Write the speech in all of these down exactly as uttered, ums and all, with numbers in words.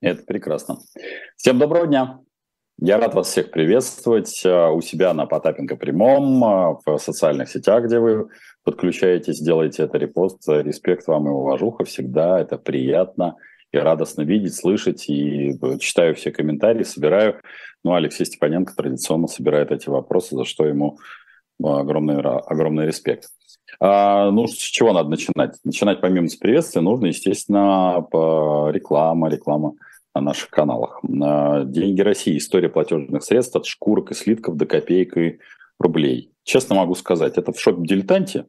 Это прекрасно. Всем доброго дня. Я рад вас всех приветствовать э, у себя на Потапенко прямом, э, в социальных сетях, где вы подключаетесь, делаете это репост. Э, Респект вам и уважуха. Всегда это приятно и радостно видеть, слышать. И э, читаю все комментарии, собираю. Ну, Алексей Степаненко традиционно собирает эти вопросы, за что ему э, огромный, ра- огромный респект. А, ну, с чего надо начинать? Начинать помимо с приветствия нужно, естественно, по реклама, реклама на наших каналах. На «Деньги России. История платежных средств от шкурок и слитков до копеек и рублей». Честно могу сказать, это в шоп-дилетанте.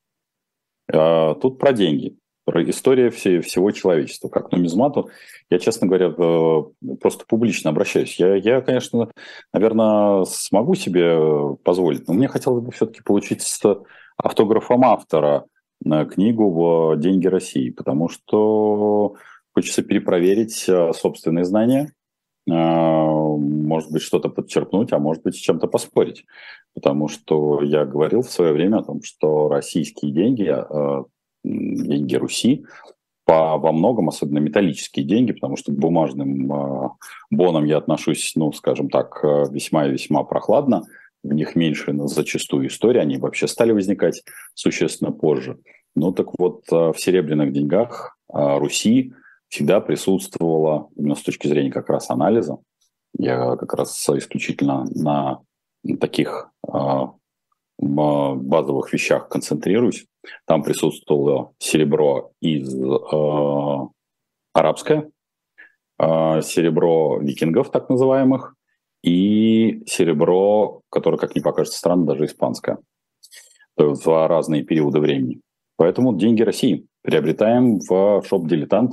А, тут про деньги, про историю все, всего человечества. Как нумизмату, я, честно говоря, э, просто публично обращаюсь. Я, я, конечно, наверное, смогу себе позволить, но мне хотелось бы все-таки получить с автографом автора на книгу в «Деньги России», потому что хочется перепроверить э, собственные знания, э, может быть, что-то подчеркнуть, а может быть, с чем-то поспорить. Потому что я говорил в свое время о том, что российские деньги, э, деньги Руси, по, во многом, особенно металлические деньги, потому что к бумажным э, бонам я отношусь, ну, скажем так, э, весьма и весьма прохладно. В них меньше но зачастую истории, они вообще стали возникать существенно позже. Ну так вот, э, в серебряных деньгах э, Руси всегда присутствовала, именно с точки зрения как раз анализа, я как раз исключительно на таких а, базовых вещах концентрируюсь. Там присутствовало серебро из э, арабское, э, серебро викингов, так называемых, и серебро, которое, как ни покажется странно, даже испанское. То есть в разные периоды времени. Поэтому деньги России приобретаем в шоп-дилетант.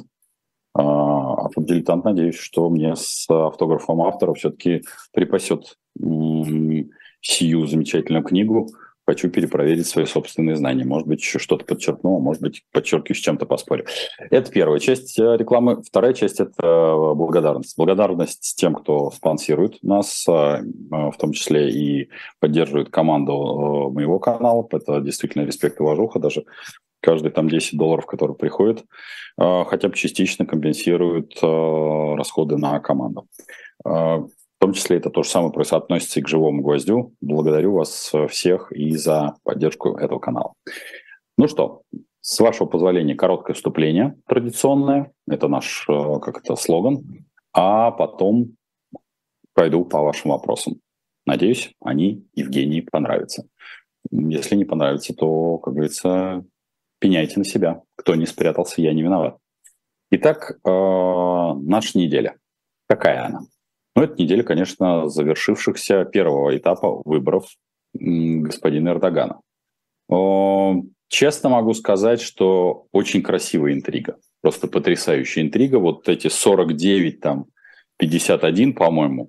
А шоп-дилетант, надеюсь, что мне с автографом автора все-таки припасет м, сию замечательную книгу. Хочу перепроверить свои собственные знания. Может быть, еще что-то подчеркну, а может быть, подчеркиваю, с чем-то поспорю. Это первая часть э, рекламы. Вторая часть – это благодарность. Благодарность тем, кто спонсирует нас, э, в том числе и поддерживает команду э, моего канала. Это действительно респект и уважуха. Даже каждые там десять долларов, которые приходят, э, хотя бы частично компенсируют э, расходы на команду. Э, В том числе это то же самое относится и к «Живому гвоздю». Благодарю вас всех и за поддержку этого канала. Ну что, с вашего позволения, короткое вступление традиционное. Это наш, э, как это, слоган. А потом пойду по вашим вопросам. Надеюсь, они Евгении понравятся. Если не понравится, то, как говорится, пеняйте на себя. Кто не спрятался, я не виноват. Итак, э, наша неделя. Какая она? Ну, это неделя, конечно, завершившихся первого этапа выборов м, господина Эрдогана. О, честно могу сказать, что очень красивая интрига. Просто потрясающая интрига. Вот эти сорок девять, там, пятьдесят один, по-моему.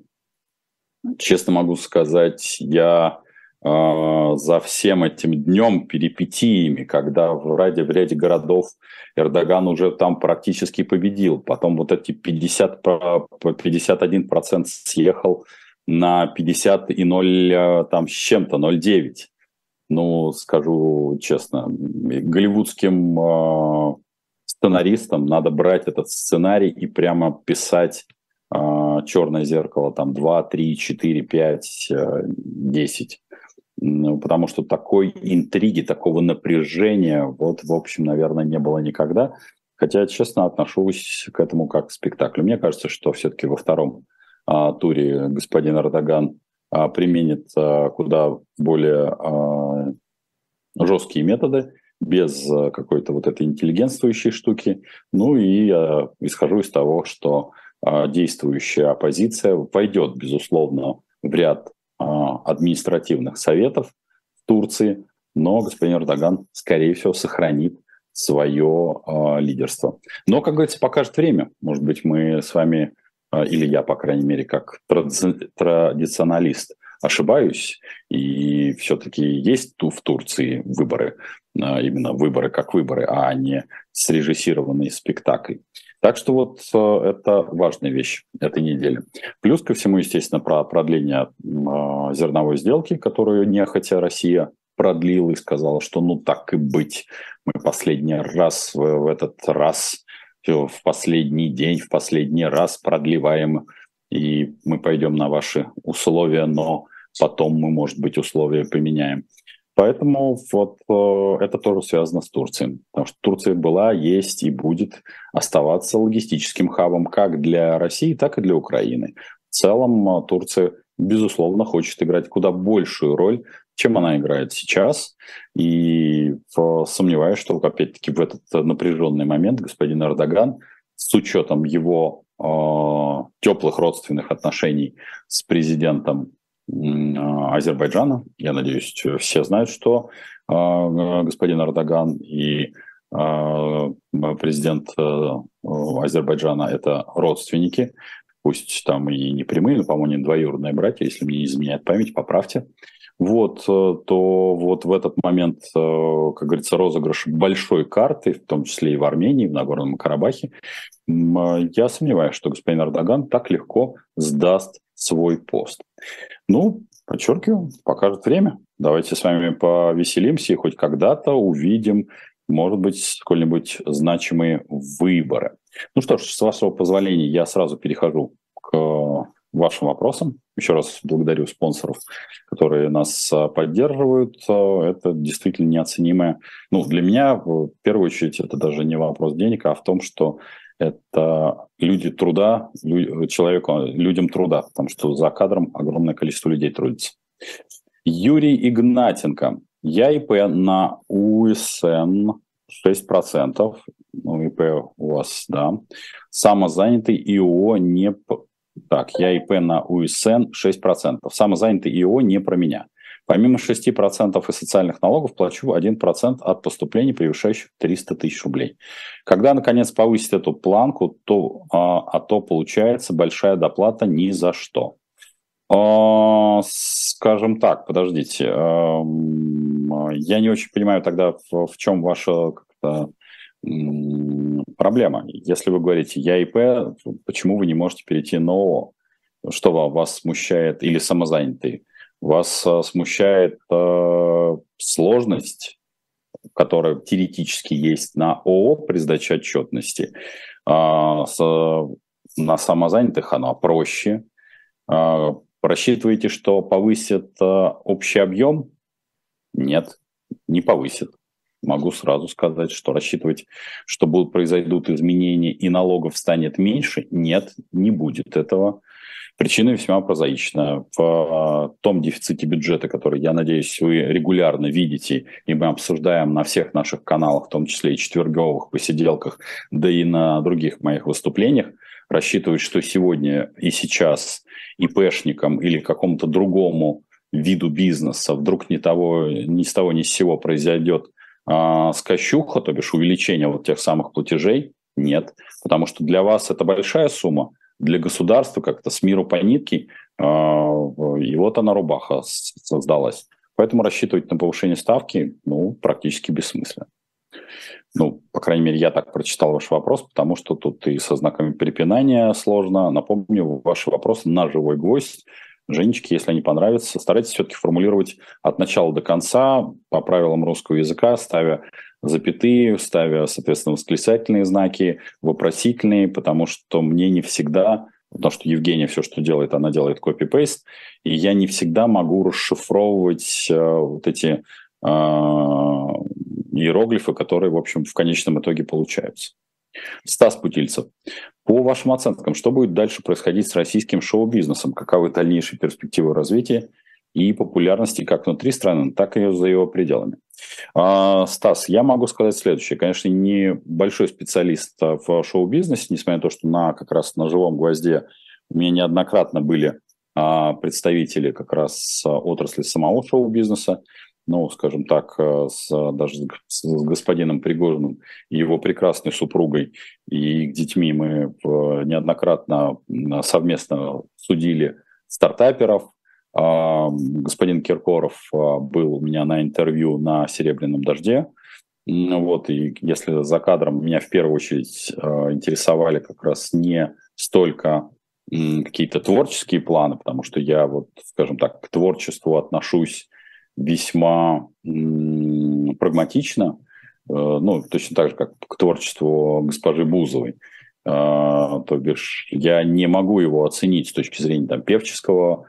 Честно могу сказать, я э, за всем этим днем перипетиями, когда в ряде, в ряде городов Эрдоган уже там практически победил, потом вот эти пятьдесят, по- по пятьдесят один процент съехал на пятьдесят и ноль э, там с чем-то, ноль целых девять. Ну, скажу честно, голливудским э, сценаристам надо брать этот сценарий и прямо писать э, «Черное зеркало» там два, три, четыре, пять, десять. Ну, потому что такой интриги, такого напряжения, вот, в общем, наверное, не было никогда. Хотя я, честно, отношусь к этому как к спектаклю. Мне кажется, что все-таки во втором а, туре господин Эрдоган а, применит а, куда более а, жесткие методы, без а, какой-то вот этой интеллигентствующей штуки. Ну и а, исхожу из того, что а, действующая оппозиция войдет, безусловно, в ряд а, административных советов в Турции, но господин Эрдоган, скорее всего, сохранит свое э, лидерство. Но, как говорится, покажет время. Может быть, мы с вами, э, или я, по крайней мере, как тради- традиционалист, ошибаюсь, и все-таки есть ту в Турции выборы, э, именно выборы как выборы, а не срежиссированный спектакль. Так что вот э, это важная вещь этой недели. Плюс ко всему, естественно, про продление э, зерновой сделки, которую нехотя Россия продлила и сказала, что ну так и быть, мы последний раз в, в этот раз в последний день, в последний раз продлеваем, и мы пойдем на ваши условия, но потом мы, может быть, условия поменяем. Поэтому вот э, это тоже связано с Турцией. Потому что Турция была, есть и будет оставаться логистическим хабом как для России, так и для Украины. В целом э, Турция, безусловно, хочет играть куда большую роль, чем она играет сейчас. И э, сомневаюсь, что, опять-таки, в этот напряженный момент господин Эрдоган, с учетом его э, теплых родственных отношений с президентом Азербайджана. Я надеюсь, все знают, что э, господин Эрдоган и э, президент э, Азербайджана – это родственники, пусть там и не прямые, но, по-моему, не двоюродные братья, если мне не изменяет память, поправьте. Вот, то вот в этот момент, как говорится, розыгрыш большой карты, в том числе и в Армении, в Нагорном Карабахе, я сомневаюсь, что господин Эрдоган так легко сдаст свой пост. Ну, подчеркиваю, покажет время. Давайте с вами повеселимся и хоть когда-то увидим, может быть, сколь-нибудь значимые выборы. Ну что ж, с вашего позволения я сразу перехожу к вашим вопросам. Еще раз благодарю спонсоров, которые нас поддерживают. Это действительно неоценимое. Ну, для меня, в первую очередь, это даже не вопрос денег, а в том, что это люди труда, человеку, людям труда, потому что за кадром огромное количество людей трудится. Юрий Игнатенко. Я ИП на УСН шесть процентов. Ну, ИП у вас, да. Самозанятый ИО не... Так, я ИП на УСН шесть процентов. Самозанятый ИО не про меня. Помимо шести процентов и социальных налогов плачу один процент от поступлений, превышающих триста тысяч рублей. Когда, наконец, повысить эту планку, то, а, а то получается большая доплата ни за что. А, скажем так, подождите. А, я не очень понимаю тогда, в, в чем ваша как-то, м, проблема. Если вы говорите «я ИП», почему вы не можете перейти на ООО? Что вас смущает? Или самозанятый? Вас э, смущает э, сложность, которая теоретически есть на ООО при сдаче отчетности. А, с, на самозанятых она проще. А, рассчитываете, что повысит а, общий объем? Нет, не повысит. Могу сразу сказать, что рассчитывать, что будут произойдут изменения и налогов станет меньше? Нет, не будет этого. Причина весьма прозаична. В том дефиците бюджета, который, я надеюсь, вы регулярно видите, и мы обсуждаем на всех наших каналах, в том числе и четверговых посиделках, да и на других моих выступлениях, рассчитывать, что сегодня и сейчас ИПшникам или какому-то другому виду бизнеса вдруг ни, того, ни с того ни с сего произойдет а, скачуха, то бишь увеличение вот тех самых платежей, нет. Потому что для вас это большая сумма, для государства как-то с миру по нитке, и вот она рубаха создалась. Поэтому рассчитывать на повышение ставки, ну, практически бессмысленно. Ну, по крайней мере, я так прочитал ваш вопрос, потому что тут и со знаками препинания сложно. Напомню, ваши вопросы на живой гвоздь. Женечки, если они понравятся, старайтесь все-таки формулировать от начала до конца по правилам русского языка, ставя запятые, ставя, соответственно, восклицательные знаки, вопросительные, потому что мне не всегда, потому что Евгения все, что делает, она делает копи-пейст, и я не всегда могу расшифровывать э, вот эти э, иероглифы, которые, в общем, в конечном итоге получаются. Стас Путильцев. По вашим оценкам, что будет дальше происходить с российским шоу-бизнесом? Каковы дальнейшие перспективы развития и популярности как внутри страны, так и за его пределами? А, Стас, я могу сказать следующее. Конечно, не большой специалист в шоу-бизнесе, несмотря на то, что на, как раз на живом гвозде у меня неоднократно были а, представители как раз отрасли самого шоу-бизнеса. Ну, скажем так, с, даже с господином Пригожиным и его прекрасной супругой и их детьми мы неоднократно совместно судили стартаперов. Господин Киркоров был у меня на интервью на «Серебряном дожде». Вот, и если за кадром меня в первую очередь интересовали как раз не столько какие-то творческие планы, потому что я, вот, скажем так, к творчеству отношусь весьма м, прагматично. ну, точно так же, как к творчеству госпожи Бузовой. То бишь, я не могу его оценить с точки зрения там, певческого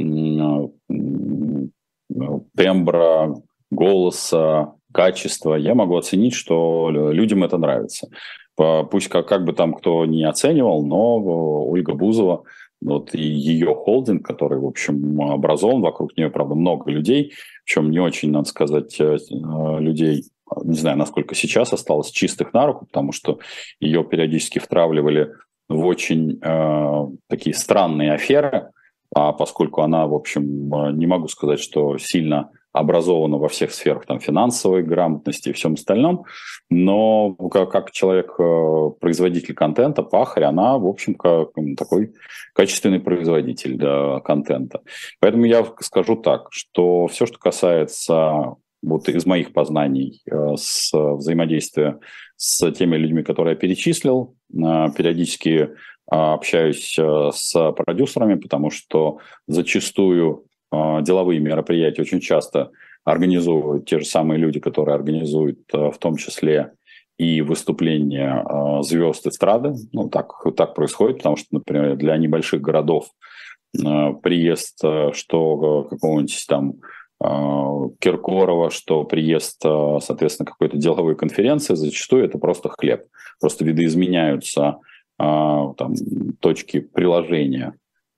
тембра, голоса, качества. Я могу оценить, что людям это нравится. Пусть как, как бы там кто не оценивал, но Ольга Бузова, вот и ее холдинг, который, в общем, образован, вокруг нее, правда, много людей, причем не очень, надо сказать, людей, не знаю, насколько сейчас осталось чистых на руку, потому что ее периодически втравливали в очень э, такие странные аферы, а поскольку она, в общем, не могу сказать, что сильно образована во всех сферах там, финансовой грамотности и всем остальном, но как, как человек, производитель контента, пахарь, она, в общем, как, такой качественный производитель да, контента. Поэтому я скажу так, что все, что касается вот из моих познаний с взаимодействия с теми людьми, которые я перечислил, периодически общаюсь с продюсерами, потому что зачастую деловые мероприятия очень часто организовывают те же самые люди, которые организуют в том числе и выступления звезд эстрады. Ну, так, так происходит, потому что, например, для небольших городов приезд что какого-нибудь там Киркорова, что приезд, соответственно, какой-то деловой конференции, зачастую это просто хлеб. Просто видоизменяются там, точки приложения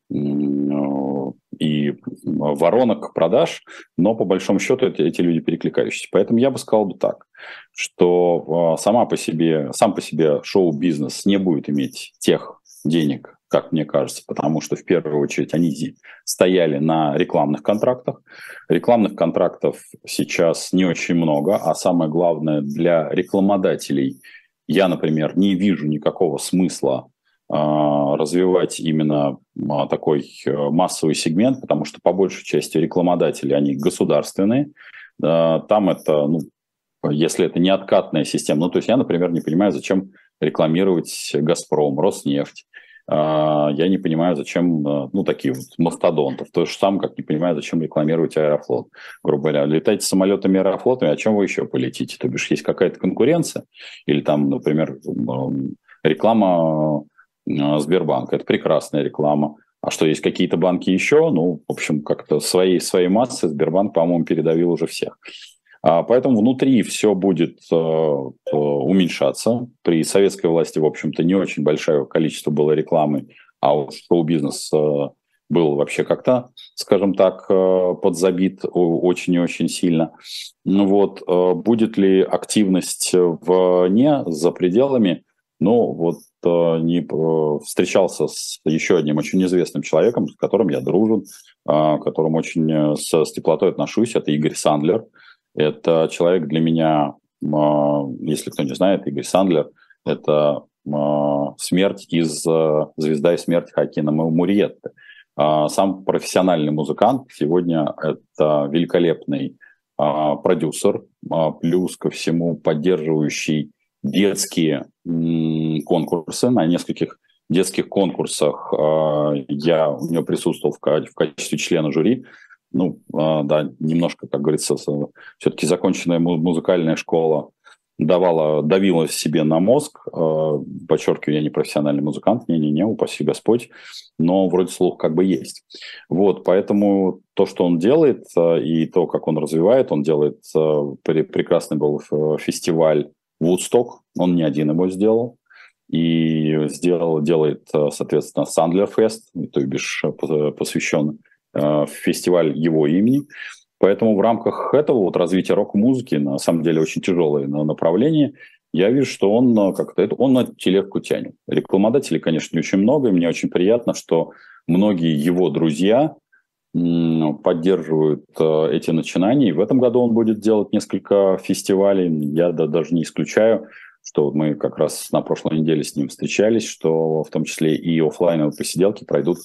и воронок продаж, но по большому счету это, эти люди перекликающиеся. Поэтому я бы сказал бы так, что сама по себе, сам по себе шоу-бизнес не будет иметь тех денег, как мне кажется, потому что в первую очередь они стояли на рекламных контрактах. Рекламных контрактов сейчас не очень много, а самое главное для рекламодателей я, например, не вижу никакого смысла развивать именно такой массовый сегмент, потому что по большей части рекламодатели, они государственные. Там это, ну, если это не откатная система, ну, то есть я, например, не понимаю, зачем рекламировать «Газпром», «Роснефть». Я не понимаю, зачем, ну, такие вот мастодонтов. То же самое, как не понимаю, зачем рекламировать «Аэрофлот». Грубо говоря, летайте самолетами «Аэрофлотами», о чем вы еще полетите? То бишь, есть какая-то конкуренция? Или там, например, реклама Сбербанка. Это прекрасная реклама. А что, есть какие-то банки еще? Ну, в общем, как-то своей, своей массы Сбербанк, по-моему, передавил уже всех. А поэтому внутри все будет э, уменьшаться. При советской власти, в общем-то, не очень большое количество было рекламы, а вот шоу-бизнес э, был вообще как-то, скажем так, э, подзабит очень и очень сильно. Ну вот, э, будет ли активность вне, за пределами? Ну, вот э, не, э, встречался с еще одним очень известным человеком, с которым я дружу, э, к которому очень э, с, с теплотой отношусь. Это Игорь Сандлер. Это человек для меня, э, если кто не знает, Игорь Сандлер – это э, смерть из э, «Звезда и смерть» Хакина Мурьетты. Э, сам профессиональный музыкант. Сегодня это великолепный э, продюсер, э, плюс ко всему поддерживающий детские м, конкурсы. На нескольких детских конкурсах э, я у него присутствовал в, в качестве члена жюри. Ну, э, да, немножко, как говорится, все-таки законченная музыкальная школа давала, давила себе на мозг. Э, подчеркиваю, я не профессиональный музыкант, не-не-не, упаси Господь, но вроде слух как бы есть. Вот, поэтому то, что он делает, э, и то, как он развивает, он делает, э, прекрасный был фестиваль Вудсток, он не один его сделал, и сделал, делает, соответственно, Сандлер Фест, то бишь посвящен э, фестиваль его имени. Поэтому в рамках этого вот развития рок-музыки, на самом деле очень тяжелое направление, я вижу, что он как-то он на тележку тянет. Рекламодателей, конечно, не очень много, и мне очень приятно, что многие его друзья поддерживают э, эти начинания. И в этом году он будет делать несколько фестивалей. Я да, даже не исключаю, что мы как раз на прошлой неделе с ним встречались, что в том числе и офлайновые посиделки пройдут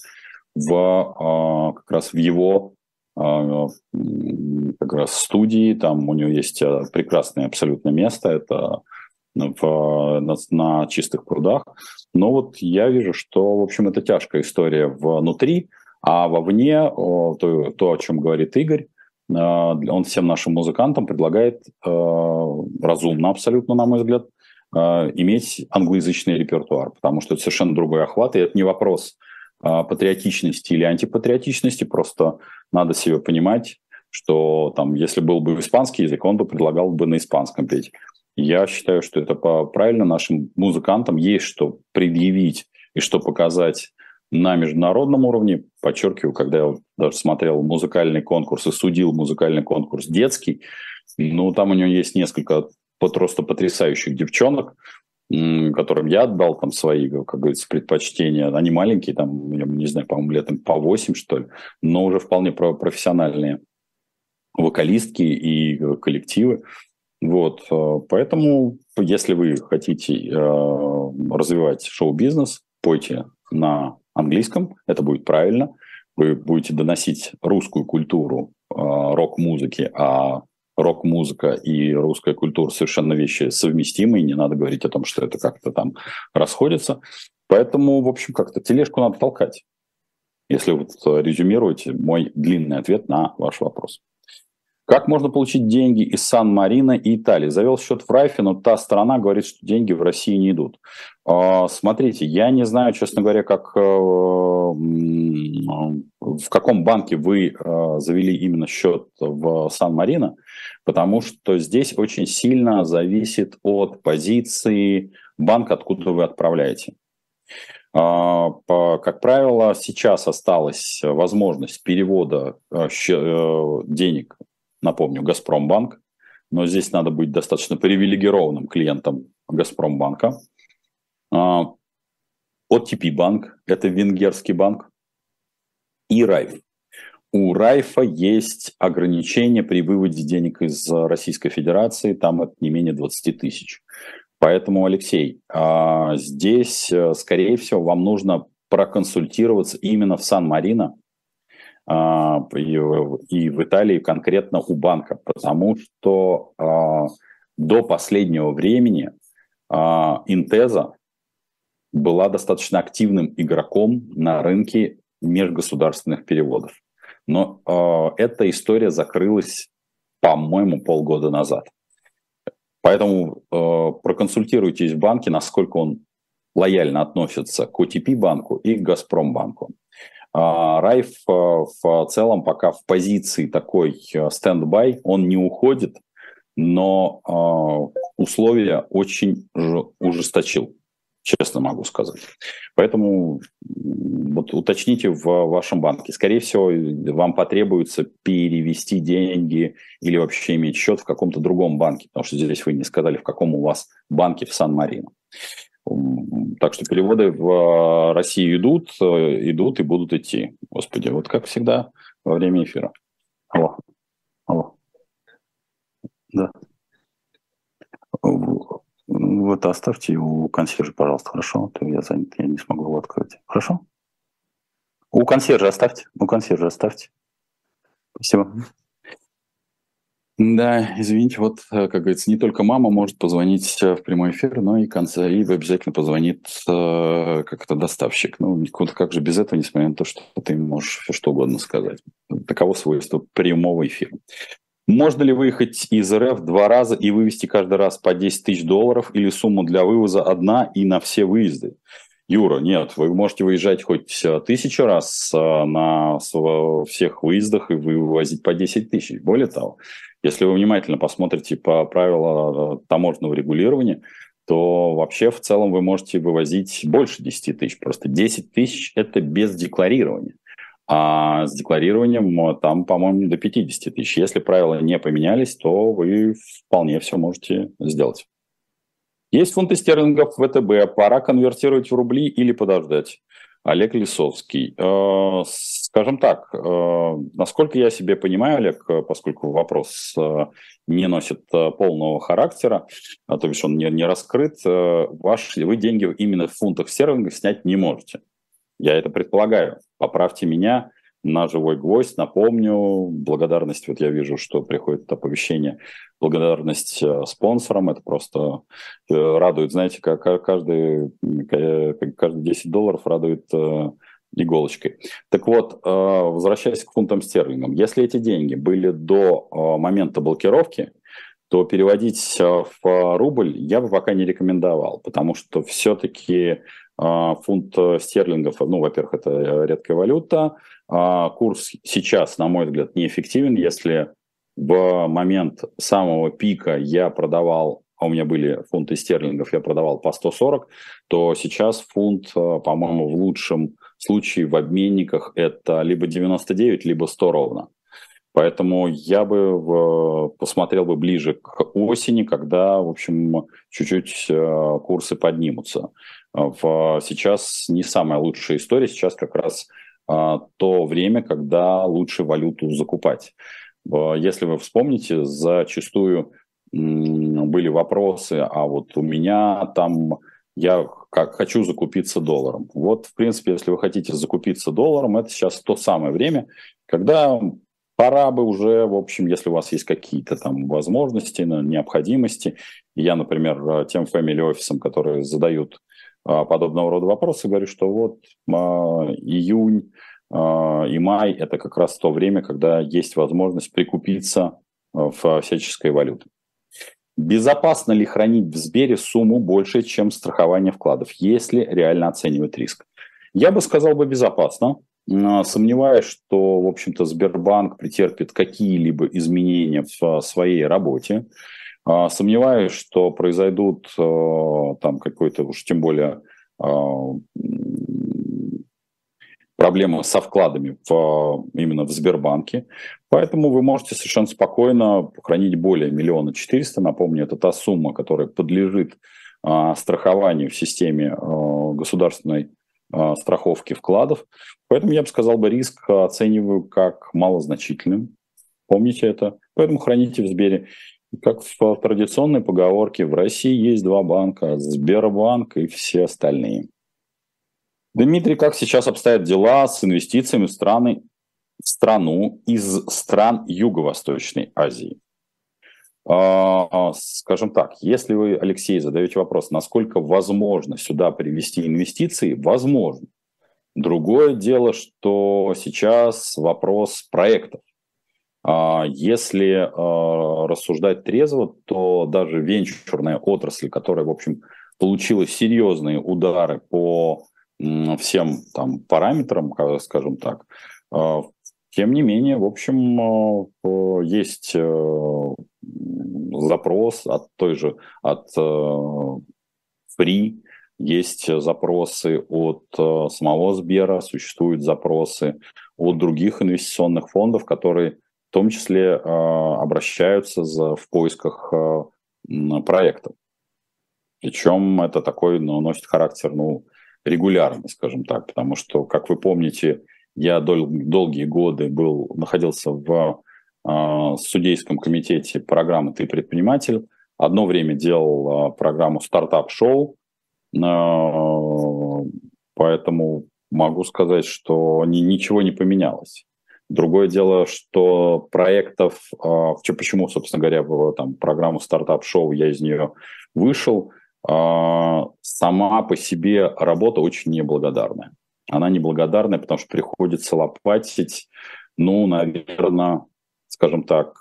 в, э, как раз в его э, как раз студии. Там у него есть прекрасное абсолютно место. Это в, на, на чистых прудах. Но вот я вижу, что, в общем, это тяжкая история внутри. А вовне, то, то, о чем говорит Игорь, он всем нашим музыкантам предлагает разумно абсолютно, на мой взгляд, иметь англоязычный репертуар, потому что это совершенно другой охват, и это не вопрос патриотичности или антипатриотичности, просто надо себе понимать, что там, если был бы испанский язык, он бы предлагал бы на испанском петь. Я считаю, что это правильно, нашим музыкантам есть что предъявить и что показать на международном уровне. Подчеркиваю, когда я даже смотрел музыкальный конкурс и судил музыкальный конкурс детский, ну, там у него есть несколько просто потрясающих девчонок, которым я отдал там свои, как говорится, предпочтения. Они маленькие, там, я не знаю, по-моему, лет по восемь, что ли, но уже вполне профессиональные вокалистки и коллективы. Вот, поэтому, если вы хотите э, развивать шоу-бизнес, пойте на английском, это будет правильно. Вы будете доносить русскую культуру э, рок-музыки, а рок-музыка и русская культура совершенно вещи совместимые, не надо говорить о том, что это как-то там расходится. Поэтому, в общем, как-то тележку надо толкать, если вот резюмировать мой длинный ответ на ваш вопрос. Как можно получить деньги из Сан-Марино и Италии? Завел счет в Райфе, но та сторона говорит, что деньги в России не идут. Смотрите, я не знаю, честно говоря, как, в каком банке вы завели именно счет в Сан-Марино, потому что здесь очень сильно зависит от позиции банка, откуда вы отправляете. Как правило, сейчас осталась возможность перевода денег, напомню, Газпромбанк, но здесь надо быть достаточно привилегированным клиентом Газпромбанка. о ти пи банк, это венгерский банк, и Райф. У Райфа есть ограничения при выводе денег из Российской Федерации, там это не менее двадцать тысяч. Поэтому, Алексей, здесь, скорее всего, вам нужно проконсультироваться именно в Сан-Марино и в Италии конкретно у банка, потому что до последнего времени Интеза была достаточно активным игроком на рынке межгосударственных переводов. Но эта история закрылась, по-моему, полгода назад. Поэтому э, проконсультируйтесь в банке, насколько он лояльно относится к о ти пи банку и к Газпромбанку. А Райф э, в целом пока в позиции такой стенд-бай, он не уходит, но э, условия очень ужесточил, честно могу сказать. Поэтому вот уточните в вашем банке. Скорее всего, вам потребуется перевести деньги или вообще иметь счет в каком-то другом банке, потому что здесь вы не сказали, в каком у вас банке в Сан-Марино. Так что переводы в Россию идут, идут и будут идти. Господи, вот как всегда во время эфира. Алло. Алло. Да. Вы это оставьте у консьержа, пожалуйста, хорошо? А то я занят, я не смогу его открыть. Хорошо? У консьержа оставьте. У консьержа оставьте. Спасибо. Да, извините, вот, как говорится, не только мама может позвонить в прямой эфир, но и конца, и обязательно позвонит э, как-то доставщик. Ну, как же без этого, несмотря на то, что ты можешь все что угодно сказать. Таково свойство прямого эфира. Можно ли выехать из РФ два раза и вывести каждый раз по десять тысяч долларов или сумму для вывоза одна и на все выезды? Юра, нет, вы можете выезжать хоть тысячу раз на всех выездах и вывозить по десять тысяч. Более того, если вы внимательно посмотрите по правилам таможенного регулирования, то вообще в целом вы можете вывозить больше десять тысяч. Просто десять тысяч – это без декларирования. А с декларированием там, по-моему, до пятьдесят тысяч. Если правила не поменялись, то вы вполне все можете сделать. Есть фунты стерлингов в ВТБ. Пора конвертировать в рубли или подождать? Олег Лисовский. Э, скажем так, э, насколько я себе понимаю, Олег, поскольку вопрос э, не носит э, полного характера, а то бишь он не, не раскрыт, э, ваши, вы деньги именно в фунтах стерлингов снять не можете. Я это предполагаю. Поправьте меня на живой гвоздь. Напомню, благодарность, вот я вижу, что приходит оповещение, благодарность спонсорам. Это просто радует, знаете, как каждый, каждые десять долларов радует иголочкой. Так вот, возвращаясь к фунтам стерлингам, если эти деньги были до момента блокировки, то переводить в рубль я бы пока не рекомендовал, потому что все-таки фунт стерлингов, ну, во-первых, это редкая валюта, курс сейчас, на мой взгляд, неэффективен. Если в момент самого пика я продавал, а у меня были фунты стерлингов, я продавал по сто сорок, то сейчас фунт, по-моему, в лучшем случае в обменниках это либо девяносто девять, либо сто ровно. Поэтому я бы в, посмотрел бы ближе к осени, когда, в общем, чуть-чуть э, курсы поднимутся. В, сейчас не самая лучшая история, сейчас как раз э, то время, когда лучше валюту закупать. Э, если вы вспомните, зачастую э, были вопросы, а вот у меня там я как хочу закупиться долларом. Вот, в принципе, если вы хотите закупиться долларом, это сейчас то самое время, когда пора бы уже, в общем, если у вас есть какие-то там возможности, необходимости. Я, например, тем family офисам, которые задают а, подобного рода вопросы, говорю, что вот а, июнь а, и май – это как раз то время, когда есть возможность прикупиться в всяческой валюте. Безопасно ли хранить в Сбере сумму больше, чем страхование вкладов, если реально оценивать риск? Я бы сказал бы безопасно. Сомневаюсь, что, в общем-то, Сбербанк претерпит какие-либо изменения в своей работе. Сомневаюсь, что произойдут там какой-то уж тем более проблемы со вкладами в, именно в Сбербанке. Поэтому вы можете совершенно спокойно хранить более миллиона четыреста. Напомню, это та сумма, которая подлежит страхованию в системе государственной страховки вкладов. Поэтому я бы сказал, бы риск оцениваю как малозначительным. Помните это. Поэтому храните в Сбере. Как в традиционной поговорке, в России есть два банка: Сбербанк и все остальные. Дмитрий, как сейчас обстоят дела с инвестициями в страны, в страну из стран Юго-Восточной Азии? Скажем так, если вы, Алексей, задаете вопрос, насколько возможно сюда привести инвестиции, возможно. Другое дело, что сейчас вопрос проектов. Если рассуждать трезво, то даже венчурная отрасль, которая, в общем, получила серьезные удары по всем там параметрам, скажем так, тем не менее, в общем, есть запрос от той же, от Free, есть запросы от самого Сбера, существуют запросы от других инвестиционных фондов, которые в том числе обращаются за, в поисках проектов. Причем это такой, ну, носит характер, ну, регулярный, скажем так, потому что, как вы помните, я дол- долгие годы был, находился в э, судейском комитете программы «Ты предприниматель». Одно время делал э, программу «Стартап-шоу», э, поэтому могу сказать, что ни, ничего не поменялось. Другое дело, что проектов, э, почему, собственно говоря, в там, программу «Стартап-шоу» я из нее вышел, э, сама по себе работа очень неблагодарная. Она неблагодарная, потому что приходится лопатить, ну, наверное, скажем так,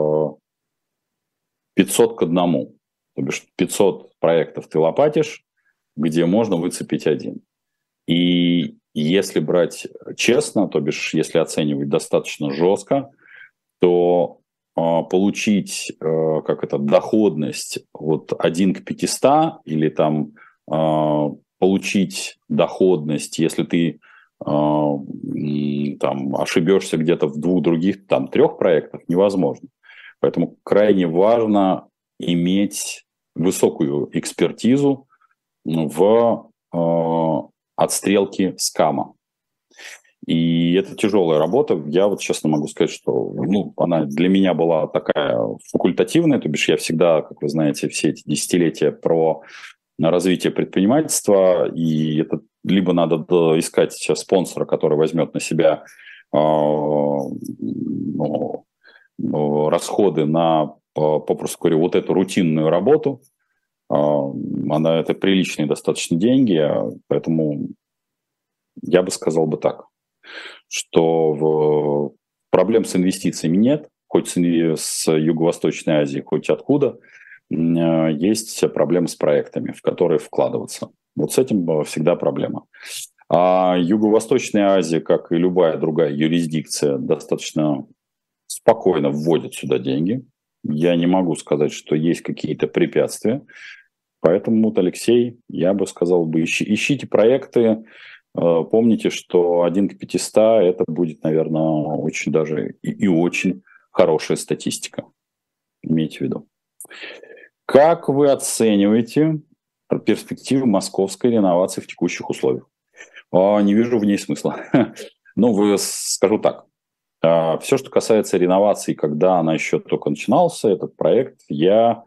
пятьсот к одному. То бишь пятьсот проектов ты лопатишь, где можно выцепить один. И если брать честно, то бишь если оценивать достаточно жестко, то э, получить э, как это, доходность вот один к пятистам или там э, получить доходность, если ты э, там ошибешься где-то в двух других, там трех проектах, невозможно. Поэтому крайне важно иметь высокую экспертизу в э, отстрелке скама. И это тяжелая работа. Я вот честно могу сказать, что ну, она для меня была такая факультативная, то бишь я всегда, как вы знаете, все эти десятилетия про развитие предпринимательства, и это либо надо искать сейчас спонсора, который возьмет на себя э, ну, расходы на, попросту говоря, вот эту рутинную работу. Она, это приличные достаточно деньги, поэтому Я бы сказал бы так, что в... проблем с инвестициями нет, хоть с, с Юго-Восточной Азии, хоть откуда, есть проблемы с проектами, в которые вкладываться. Вот с этим всегда проблема. А Юго-Восточная Азия, как и любая другая юрисдикция, достаточно спокойно вводит сюда деньги. Я не могу сказать, что есть какие-то препятствия. Поэтому, вот, Алексей, я бы сказал, бы, ищи, ищите проекты. Помните, что один к пятистам это будет, наверное, очень даже и, и очень хорошая статистика. Имейте в виду. Как вы оцениваете перспективы московской реновации в текущих условиях? Не вижу в ней смысла. Ну, вы, скажу так. Все, что касается реновации, когда она еще только начинался, этот проект, я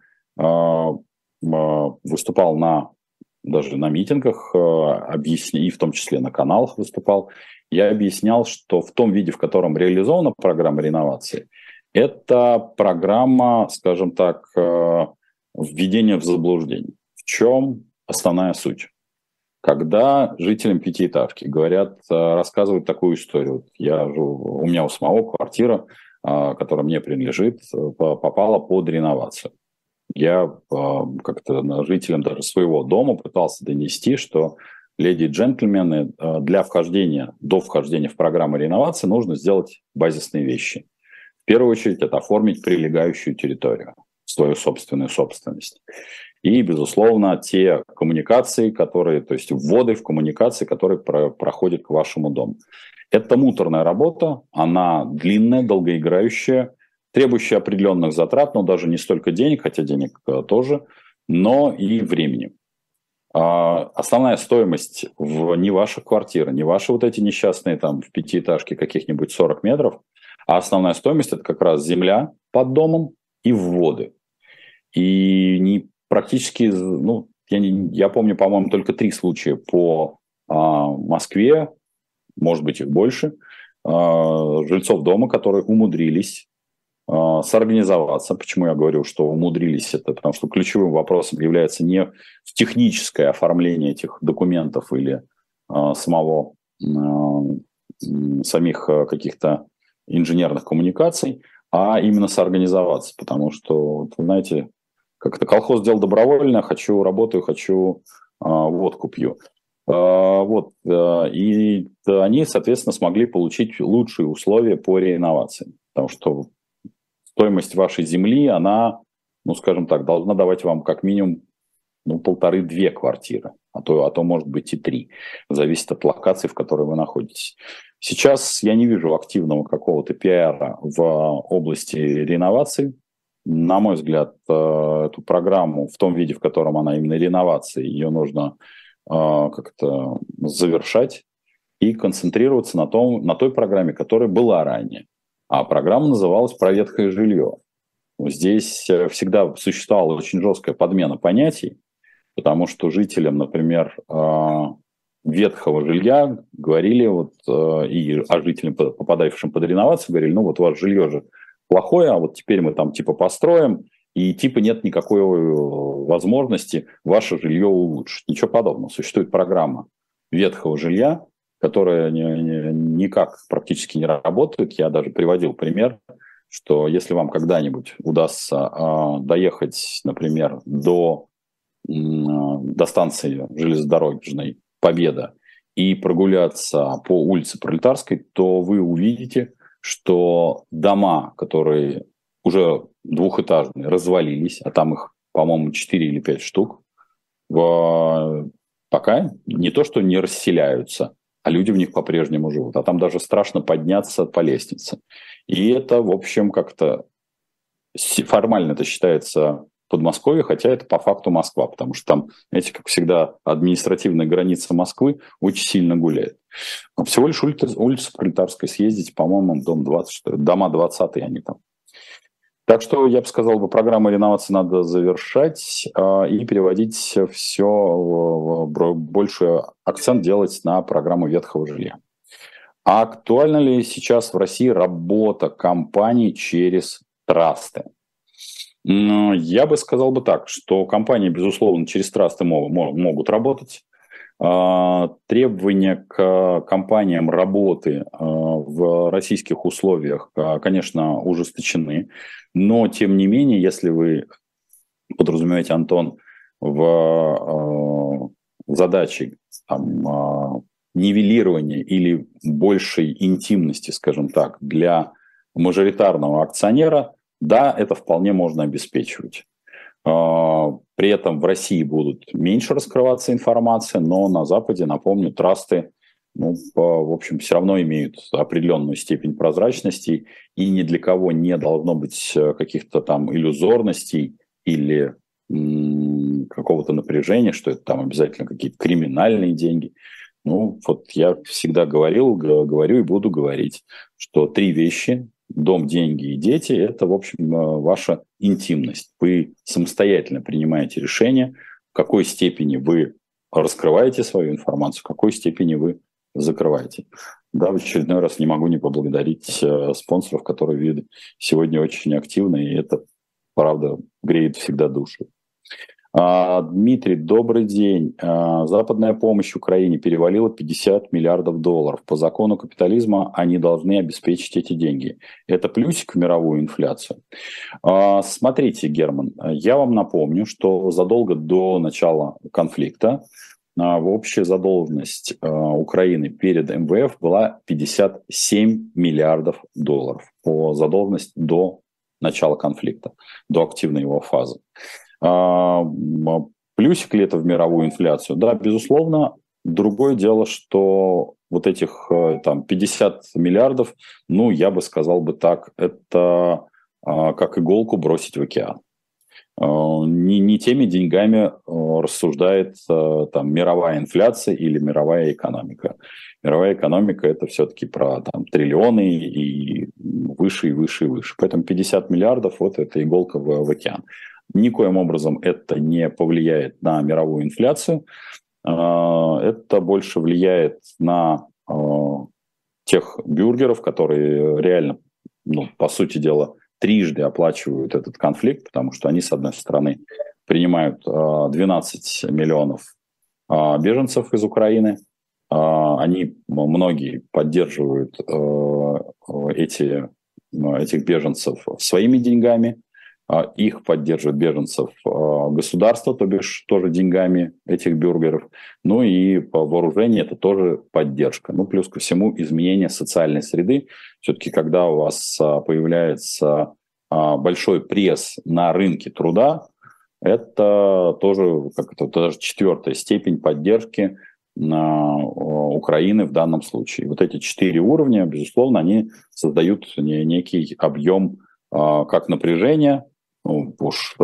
выступал на, даже на митингах, объяснял, и в том числе на каналах выступал. Я объяснял, что в том виде, в котором реализована программа реновации, это программа, скажем так, введения в заблуждение. В чем основная суть? Когда жителям пятиэтажки говорят, рассказывают такую историю. Вот я живу, у меня у самого квартира, которая мне принадлежит, попала под реновацию. Я как-то жителям даже своего дома пытался донести, что, леди и джентльмены, для вхождения, до вхождения в программу реновации нужно сделать базисные вещи. В первую очередь это оформить прилегающую территорию, свою собственную собственность. И, безусловно, те коммуникации, которые, то есть вводы в коммуникации, которые про, проходят к вашему дому. Это муторная работа, она длинная, долгоиграющая, требующая определенных затрат, но даже не столько денег, хотя денег тоже, но и времени. А основная стоимость в, не ваша квартира, не ваши вот эти несчастные там в пятиэтажке каких-нибудь сорок метров, а основная стоимость это как раз земля под домом и вводы. И не практически, ну, я, не, я помню, по-моему, только три случая по а, Москве, может быть, их больше, а, жильцов дома, которые умудрились а, сорганизоваться. Почему я говорю, что умудрились? Это потому что ключевым вопросом является не техническое оформление этих документов или а, самого, а, самих каких-то инженерных коммуникаций, а именно соорганизоваться. Потому что, вы знаете, как-то колхоз делал добровольно, хочу работаю, хочу а, водку пью. А, вот, а, и они, соответственно, смогли получить лучшие условия по реновации. Потому что стоимость вашей земли, она, ну, скажем так, должна давать вам как минимум ну, полторы-две квартиры, а то, а то может быть и три. Зависит от локации, в которой вы находитесь. Сейчас я не вижу активного какого-то пиара в области реновации. На мой взгляд, эту программу в том виде, в котором она именно реновация, ее нужно как-то завершать и концентрироваться на, том, на той программе, которая была ранее. А программа называлась «Про ветхое жилье». Здесь всегда существовала очень жесткая подмена понятий, потому что жителям, например, ветхого жилья говорили, вот, и а жителям, попадающим под реновацию, говорили, ну вот у вас жилье же плохое, а вот теперь мы там типа построим, и типа нет никакой возможности ваше жилье улучшить. Ничего подобного. Существует программа ветхого жилья, которая не, не, никак практически не работает. Я даже приводил пример, что если вам когда-нибудь удастся э, доехать, например, до, э, до станции железнодорожной Победа и прогуляться по улице Пролетарской, то вы увидите, что дома, которые уже двухэтажные, развалились, а там их, по-моему, четыре или пять штук, в... пока не то, что не расселяются, а люди в них по-прежнему живут. А там даже страшно подняться по лестнице. И это, в общем, как-то формально это считается Подмосковье, хотя это по факту Москва, потому что там, знаете, как всегда, административная граница Москвы очень сильно гуляет. Но всего лишь улица, улица Пролетарская съездить, по-моему, дом двадцать, что ли, дома двадцатые они там. Так что, я бы сказал, бы, программу реновации надо завершать э, и переводить все, э, больше акцент делать на программу ветхого жилья. А актуальна ли сейчас в России работа компаний через трасты? Я бы сказал бы так, что компании, безусловно, через трасты могут, могут работать. Требования к компаниям работы в российских условиях, конечно, ужесточены, но, тем не менее, если вы подразумеваете, Антон, в задачи там, нивелирования или большей интимности, скажем так, для мажоритарного акционера, да, это вполне можно обеспечивать. При этом в России будут меньше раскрываться информация, но на Западе, напомню, трасты, ну, в общем, все равно имеют определенную степень прозрачности, и ни для кого не должно быть каких-то там иллюзорностей или м- какого-то напряжения, что это там обязательно какие-то криминальные деньги. Ну, вот я всегда говорил, говорю и буду говорить, что три вещи: дом, деньги и дети – это, в общем, ваша интимность. Вы самостоятельно принимаете решение, в какой степени вы раскрываете свою информацию, в какой степени вы закрываете. Да, в очередной раз не могу не поблагодарить э, спонсоров, которые сегодня очень активны, и это, правда, греет всегда душу. Дмитрий, добрый день. Западная помощь Украине перевалила пятьдесят миллиардов долларов. По закону капитализма они должны обеспечить эти деньги. Это плюсик в мировую инфляцию? Смотрите, Герман, я вам напомню, что задолго до начала конфликта общая задолженность Украины перед эм вэ эф была пятьдесят семь миллиардов долларов. По задолженности до начала конфликта, до активной его фазы. Плюсик ли это в мировую инфляцию? Да, безусловно. Другое дело, что вот этих там пятьдесят миллиардов, ну, я бы сказал бы так, это как иголку бросить в океан. Не, не теми деньгами рассуждает там мировая инфляция или мировая экономика. Мировая экономика – это все-таки про там, триллионы и выше, и выше, и выше. Поэтому пятьдесят миллиардов – вот это иголка в, в океан. Никоим образом это не повлияет на мировую инфляцию. Это больше влияет на тех бюргеров, которые реально, ну, по сути дела, трижды оплачивают этот конфликт, потому что они, с одной стороны, принимают двенадцать миллионов беженцев из Украины. Они, многие, поддерживают эти, этих беженцев своими деньгами. Их поддерживает беженцев государство, то бишь тоже деньгами этих бюргеров. Ну и по вооружению это тоже поддержка. Ну плюс ко всему изменение социальной среды. Все-таки когда у вас появляется большой пресс на рынке труда, это тоже как это даже четвертая степень поддержки Украины в данном случае. Вот эти четыре уровня, безусловно, они создают некий объем как напряжения. Ну, уж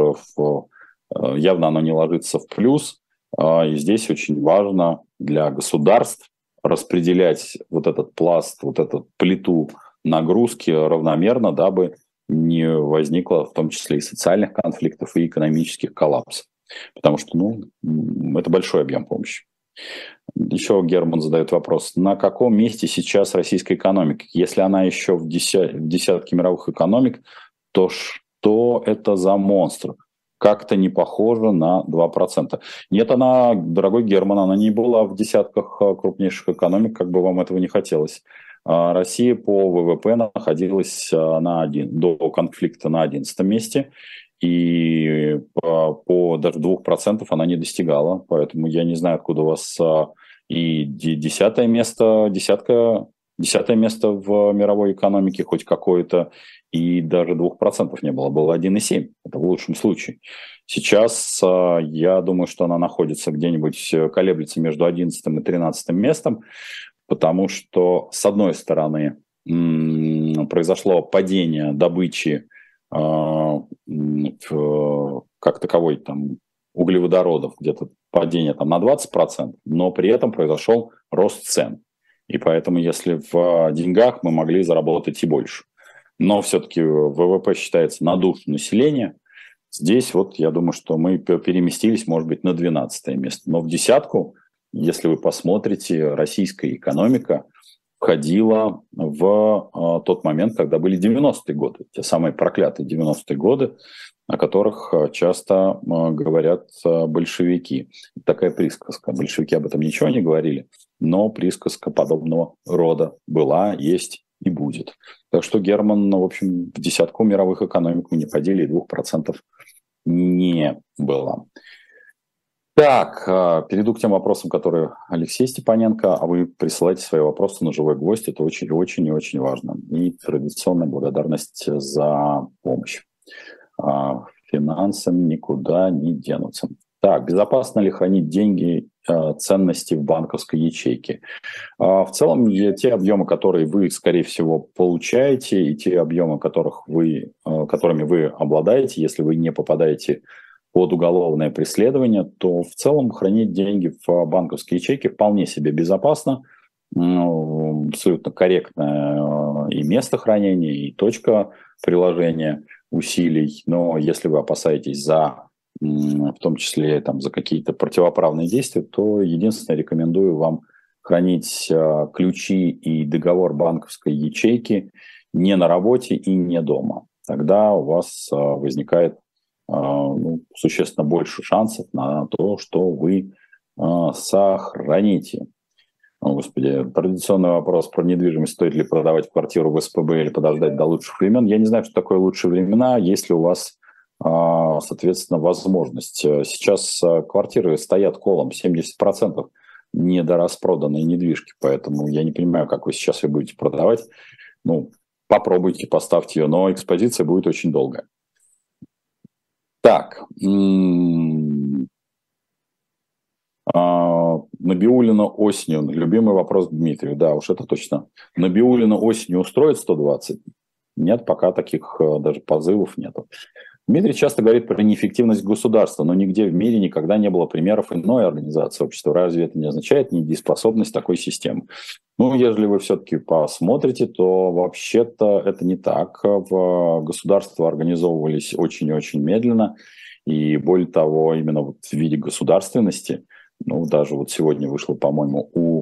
явно оно не ложится в плюс. И здесь очень важно для государств распределять вот этот пласт, вот эту плиту нагрузки равномерно, дабы не возникло в том числе и социальных конфликтов, и экономических коллапсов. Потому что, ну, это большой объем помощи. Еще Герман задает вопрос. На каком месте сейчас российская экономика? Если она еще в, деся... в десятке мировых экономик, то что это за монстр? Как-то не похоже на два процента. Нет, она, дорогой Герман, она не была в десятках крупнейших экономик, как бы вам этого не хотелось. Россия по вэ вэ пэ находилась на один, до конфликта на одиннадцатом месте, и по, по даже двух процентам она не достигала. Поэтому я не знаю, откуда у вас и десятое место, десятка, десятое место в мировой экономике, хоть какое-то, и даже двух процентов не было, было один и семь десятых, это в лучшем случае. Сейчас я думаю, что она находится где-нибудь, колеблется между одиннадцатым и тринадцатым местом, потому что, с одной стороны, произошло падение добычи как таковой там, углеводородов, где-то падение там, на двадцать процентов, но при этом произошел рост цен. И поэтому, если в деньгах мы могли заработать и больше. Но все-таки вэ вэ пэ считается на душу населения. Здесь вот я думаю, что мы переместились, может быть, на двенадцатое место. Но в десятку, если вы посмотрите, российская экономика входила в а, тот момент, когда были девяностые годы, те самые проклятые девяностые годы, о которых часто а, говорят а, большевики. Такая присказка. Большевики об этом ничего не говорили, но присказка подобного рода была, есть и будет. Так что, Герман, ну, в общем, в десятку мировых экономик мы не входили, и двух процентов не было. Так, перейду к тем вопросам, которые Алексей Степаненко, а вы присылайте свои вопросы на живой гвоздь, это очень-очень и очень важно. И традиционная благодарность за помощь. Финансами никуда не денутся. Так, безопасно ли хранить деньги, ценности в банковской ячейке? В целом, те объемы, которые вы, скорее всего, получаете, и те объемы, которых вы, которыми вы обладаете, если вы не попадаете под уголовное преследование, то в целом хранить деньги в банковской ячейке вполне себе безопасно, абсолютно корректное и место хранения, и точка приложения усилий. Но если вы опасаетесь за, в том числе там, за какие-то противоправные действия, то единственное, рекомендую вам хранить ключи и договор банковской ячейки не на работе и не дома. Тогда у вас возникает ну, существенно больше шансов на то, что вы сохраните. О, Господи, традиционный вопрос про недвижимость. Стоит ли продавать квартиру в СПБ или подождать до лучших времен? Я не знаю, что такое лучшие времена, если у вас, соответственно, возможность. Сейчас квартиры стоят колом, семьдесят процентов недораспроданной недвижки, поэтому я не понимаю, как вы сейчас ее будете продавать. Ну, попробуйте, поставьте ее, но экспозиция будет очень долгая. Так, Набиуллина осенью, любимый вопрос Дмитрию, да, уж это точно. Набиуллина осенью устроит сто двадцать? Нет, пока таких даже позывов нету. Дмитрий часто говорит про неэффективность государства, но нигде в мире никогда не было примеров иной организации общества. Разве это не означает недееспособность такой системы? Ну, если вы все-таки посмотрите, то вообще-то это не так. В государства организовывались очень и очень медленно. И более того, именно вот в виде государственности, ну, даже вот сегодня вышло, по-моему, у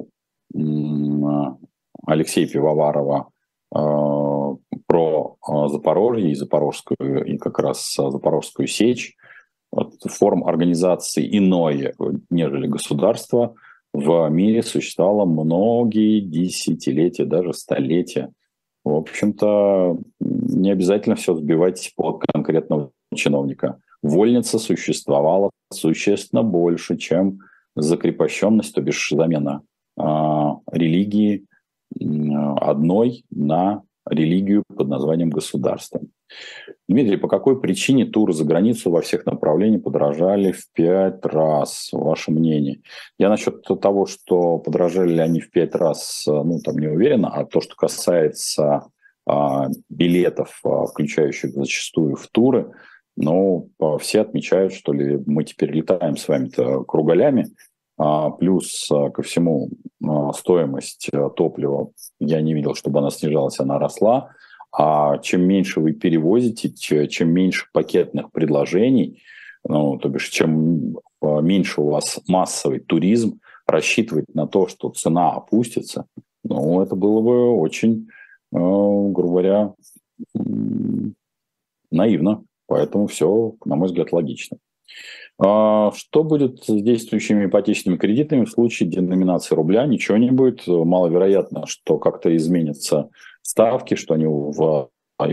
Алексея Пивоварова про Запорожье и Запорожскую, и как раз Запорожскую сечь. Вот, форм организации иное, нежели государство, в мире существовало многие десятилетия, даже столетия. В общем-то, не обязательно все сбивать под конкретного чиновника. Вольница существовала существенно больше, чем закрепощенность, то бишь замена э, религии э, одной на религию под названием государство. Дмитрий, по какой причине туры за границу во всех направлениях подорожали в пять раз? Ваше мнение? Я насчет того, что подорожали ли они в пять раз, ну, там не уверен, а то, что касается а, билетов, а, включающих зачастую в туры, ну, все отмечают, что ли, мы теперь летаем с вами-то кругалями, а, плюс а, ко всему а, стоимость а, топлива, я не видел, чтобы она снижалась, она росла. А чем меньше вы перевозите, чем меньше пакетных предложений, ну, то бишь, чем меньше у вас массовый туризм, рассчитывать на то, что цена опустится, ну, это было бы очень, грубо говоря, наивно. Поэтому все, на мой взгляд, логично. Что будет с действующими ипотечными кредитами в случае деноминации рубля? Ничего не будет. Маловероятно, что как-то изменятся ставки, что они в,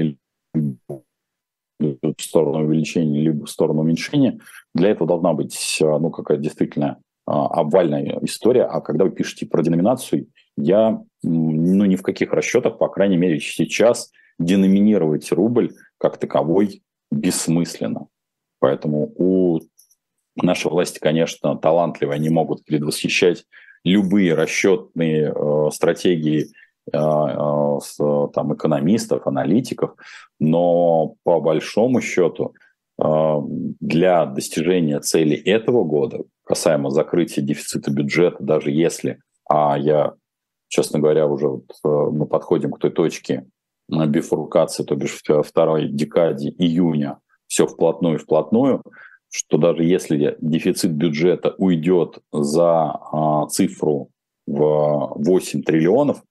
в сторону увеличения, либо в сторону уменьшения. Для этого должна быть, ну, какая-то действительно обвальная история. А когда вы пишете про деноминацию, я, ну, ни в каких расчетах, по крайней мере, сейчас деноминировать рубль как таковой бессмысленно. Поэтому у нашей власти, конечно, талантливые, они могут предвосхищать любые расчетные э, стратегии э, э, с, там, экономистов, аналитиков, но по большому счету э, для достижения цели этого года, касаемо закрытия дефицита бюджета, даже если, а я, честно говоря, уже вот, э, мы подходим к той точке бифуркации, то бишь в второй декаде июня, все вплотную-вплотную, что даже если дефицит бюджета уйдет за а, цифру в восемь триллионов,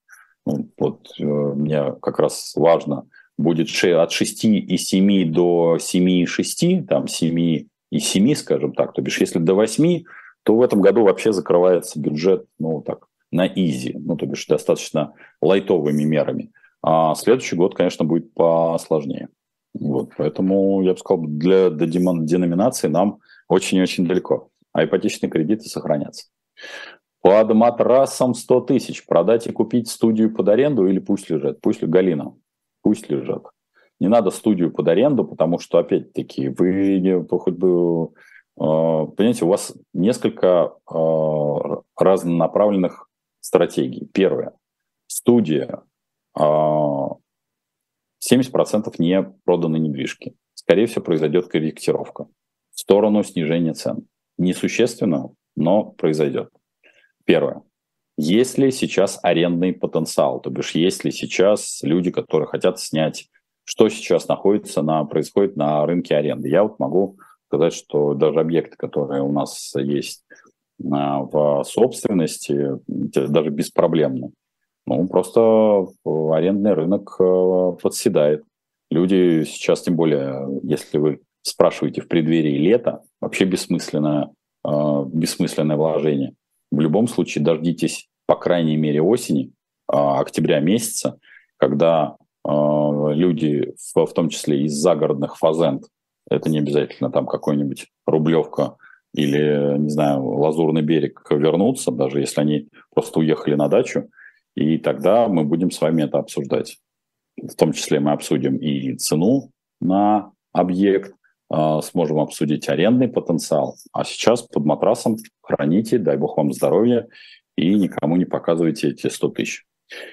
Ну, вот э, мне как раз важно, будет ше- от шести и семи до семи и шести, там семи и семи, скажем так, то бишь если до восьми, то в этом году вообще закрывается бюджет, ну, так, на изи, ну, то бишь достаточно лайтовыми мерами. А следующий год, конечно, будет посложнее. Вот, поэтому, я бы сказал, для до демон- деноминации нам очень-очень далеко, а ипотечные кредиты сохранятся. Под матрасом сто тысяч. Продать и купить студию под аренду или пусть лежат? Пусть ли Галина, пусть лежат. Не надо студию под аренду, потому что, опять-таки, вы не- хоть бы, э, понимаете, у вас несколько э, разнонаправленных стратегий. Первое. Студия. э, семьдесят процентов не проданной недвижки. Скорее всего, произойдет корректировка в сторону снижения цен. Несущественно, но произойдет. Первое. Есть ли сейчас арендный потенциал? То бишь, есть ли сейчас люди, которые хотят снять, что сейчас находится на, происходит на рынке аренды? Я вот могу сказать, что даже объекты, которые у нас есть а, в собственности, те даже беспроблемно. Ну, просто арендный рынок э, подседает. Люди сейчас, тем более, если вы спрашиваете в преддверии лета, вообще бессмысленное, э, бессмысленное вложение. В любом случае дождитесь, по крайней мере, осени, э, октября месяца, когда э, люди, в, в том числе из загородных фазенд, это не обязательно там какой-нибудь Рублевка или, не знаю, Лазурный берег, вернутся, даже если они просто уехали на дачу, и тогда мы будем с вами это обсуждать. В том числе мы обсудим и цену на объект, э, сможем обсудить арендный потенциал. А сейчас под матрасом храните, дай бог вам здоровья, и никому не показывайте эти сто тысяч.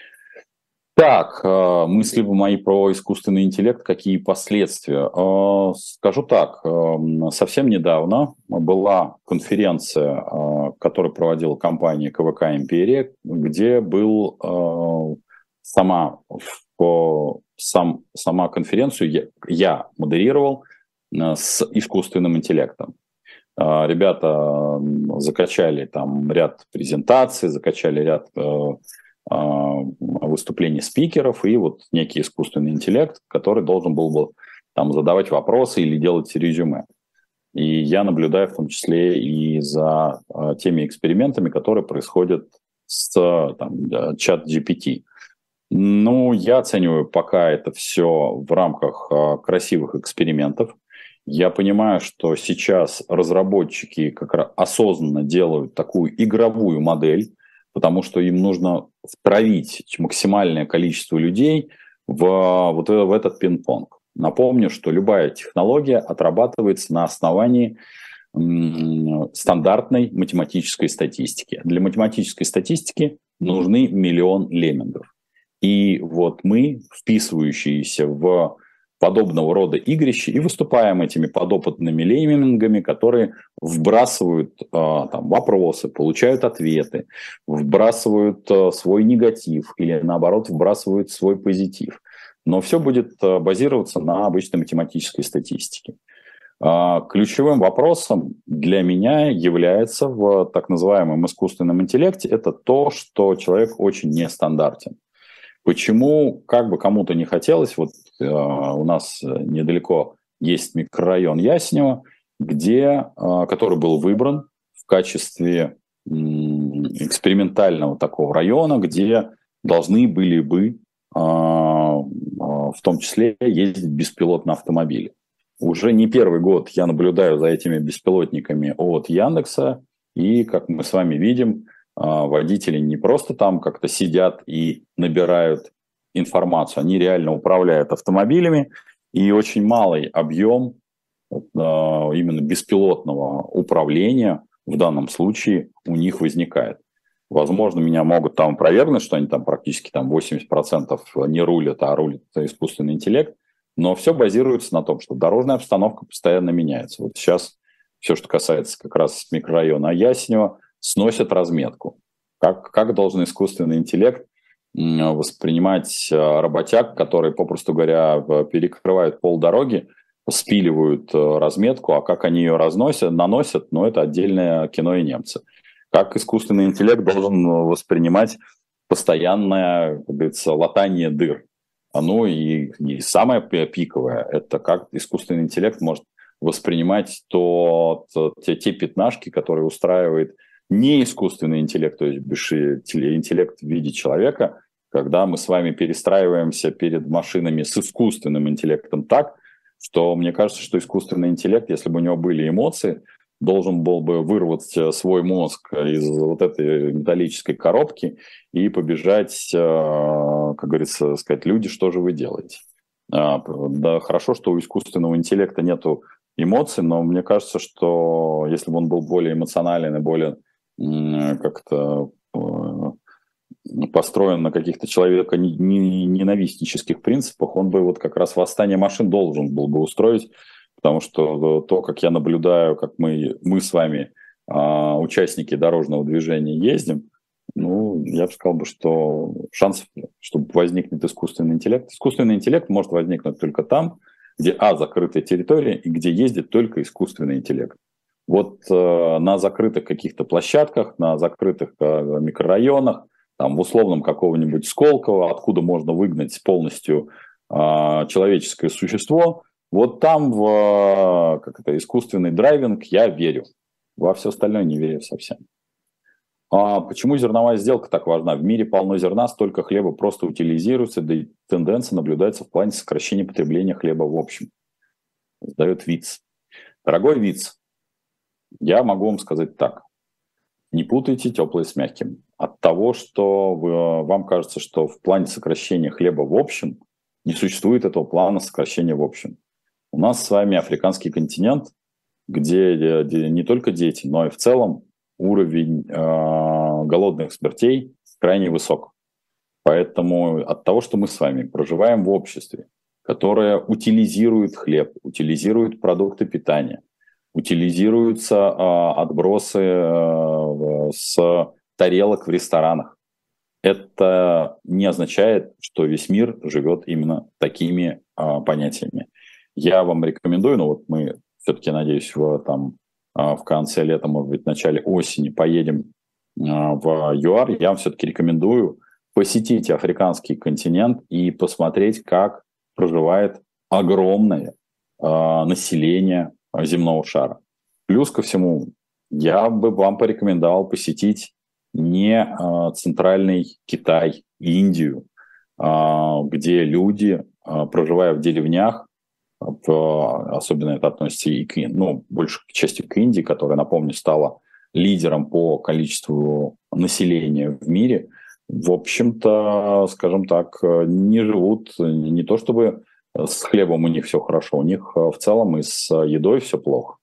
Так, э, мысли мои про искусственный интеллект, какие последствия? Э, Скажу так, э, совсем недавно была конференция, э, которую проводила компания ка вэ ка «Империя», где был э, сама, в- сам, сама конференцию я, я модерировал э, с искусственным интеллектом. Э, Ребята м, закачали там ряд презентаций, закачали ряд э, э, выступлений спикеров и вот некий искусственный интеллект, который должен был бы там задавать вопросы или делать резюме. И я наблюдаю в том числе и за э, теми экспериментами, которые происходят с там, э, чат джи пи ти. Ну, я оцениваю пока это все в рамках э, красивых экспериментов. Я понимаю, что сейчас разработчики как раз осознанно делают такую игровую модель, потому что им нужно втравить максимальное количество людей в, вот э- в этот пинг-понг. Напомню, что любая технология отрабатывается на основании м, стандартной математической статистики. Для математической статистики нужны миллион леммингов. И вот мы, вписывающиеся в подобного рода игрища, и выступаем этими подопытными леммингами, которые вбрасывают э, там, вопросы, получают ответы, вбрасывают э, свой негатив или, наоборот, вбрасывают свой позитив. Но все будет э, базироваться на обычной математической статистике. А, Ключевым вопросом для меня является в так называемом искусственном интеллекте это то, что человек очень нестандартен. Почему, как бы кому-то не хотелось, вот э, у нас недалеко есть микрорайон Яснево, где, э, который был выбран в качестве м, экспериментального такого района, где должны были бы, э, э, в том числе, ездить беспилотные автомобили. Уже не первый год я наблюдаю за этими беспилотниками от Яндекса, и, как мы с вами видим, а, водители не просто там как-то сидят и набирают информацию, они реально управляют автомобилями, и очень малый объем а, именно беспилотного управления в данном случае у них возникает. Возможно, меня могут там опровергнуть, что они там практически там восемьдесят процентов не рулят, а рулит искусственный интеллект, но все базируется на том, что дорожная обстановка постоянно меняется. Вот сейчас все, что касается как раз микрорайона Яснева, сносят разметку. Как, как должен искусственный интеллект воспринимать работяг, которые, попросту говоря, перекрывают полдороги, спиливают разметку, а как они ее разносят, наносят, ну, это отдельное кино и немцы. Как искусственный интеллект должен воспринимать постоянное, как говорится, латание дыр. Ну и, и самое пиковое, это как искусственный интеллект может воспринимать то, то, те, те пятнашки, которые устраивает не искусственный интеллект, то есть интеллект в виде человека, когда мы с вами перестраиваемся перед машинами с искусственным интеллектом так, что мне кажется, что искусственный интеллект, если бы у него были эмоции, должен был бы вырвать свой мозг из вот этой металлической коробки и побежать, как говорится, сказать: люди, что же вы делаете? Да, хорошо, что у искусственного интеллекта нету эмоций, но мне кажется, что если бы он был более эмоционален и более как-то построен на каких-то человека ненавистнических принципах, он бы вот как раз восстание машин должен был бы устроить. Потому что то, как я наблюдаю, как мы, мы с вами, а, участники дорожного движения, ездим, ну, я бы сказал, что шансов, чтобы возникнет искусственный интеллект. Искусственный интеллект может возникнуть только там, где, а, закрытая территория, и где ездит только искусственный интеллект. Вот э, на закрытых каких-то площадках, на закрытых э, микрорайонах, там, в условном какого-нибудь Сколково, откуда можно выгнать полностью э, человеческое существо, вот там в как это, искусственный драйвинг я верю. Во все остальное не верю совсем. А почему зерновая сделка так важна? В мире полно зерна, столько хлеба просто утилизируется, да и тенденция наблюдается в плане сокращения потребления хлеба в общем. Задает Виц. Дорогой Виц, я могу вам сказать так. Не путайте теплое с мягким. От того, что вы, вам кажется, что в плане сокращения хлеба в общем, не существует этого плана сокращения в общем. У нас с вами африканский континент, где, где не только дети, но и в целом уровень э, голодных смертей крайне высок. Поэтому от того, что мы с вами проживаем в обществе, которое утилизирует хлеб, утилизирует продукты питания, утилизируются э, отбросы э, с тарелок в ресторанах, это не означает, что весь мир живет именно такими э, понятиями. Я вам рекомендую, ну вот мы все-таки, надеюсь, в, там, в конце лета, может быть, в начале осени поедем в ЮАР. Я вам все-таки рекомендую посетить африканский континент и посмотреть, как проживает огромное население земного шара. Плюс ко всему, я бы вам порекомендовал посетить не центральный Китай, Индию, где люди, проживая в деревнях, в, особенно это относится и к, ну, больше к части к Индии, которая, напомню, стала лидером по количеству населения в мире, в общем-то, скажем так, не живут не то чтобы с хлебом у них все хорошо, у них в целом и с едой все плохо.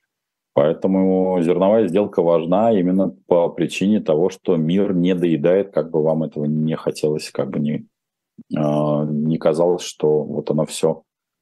Поэтому зерновая сделка важна именно по причине того, что мир не доедает, как бы вам этого не хотелось, как бы не, не казалось, что вот оно все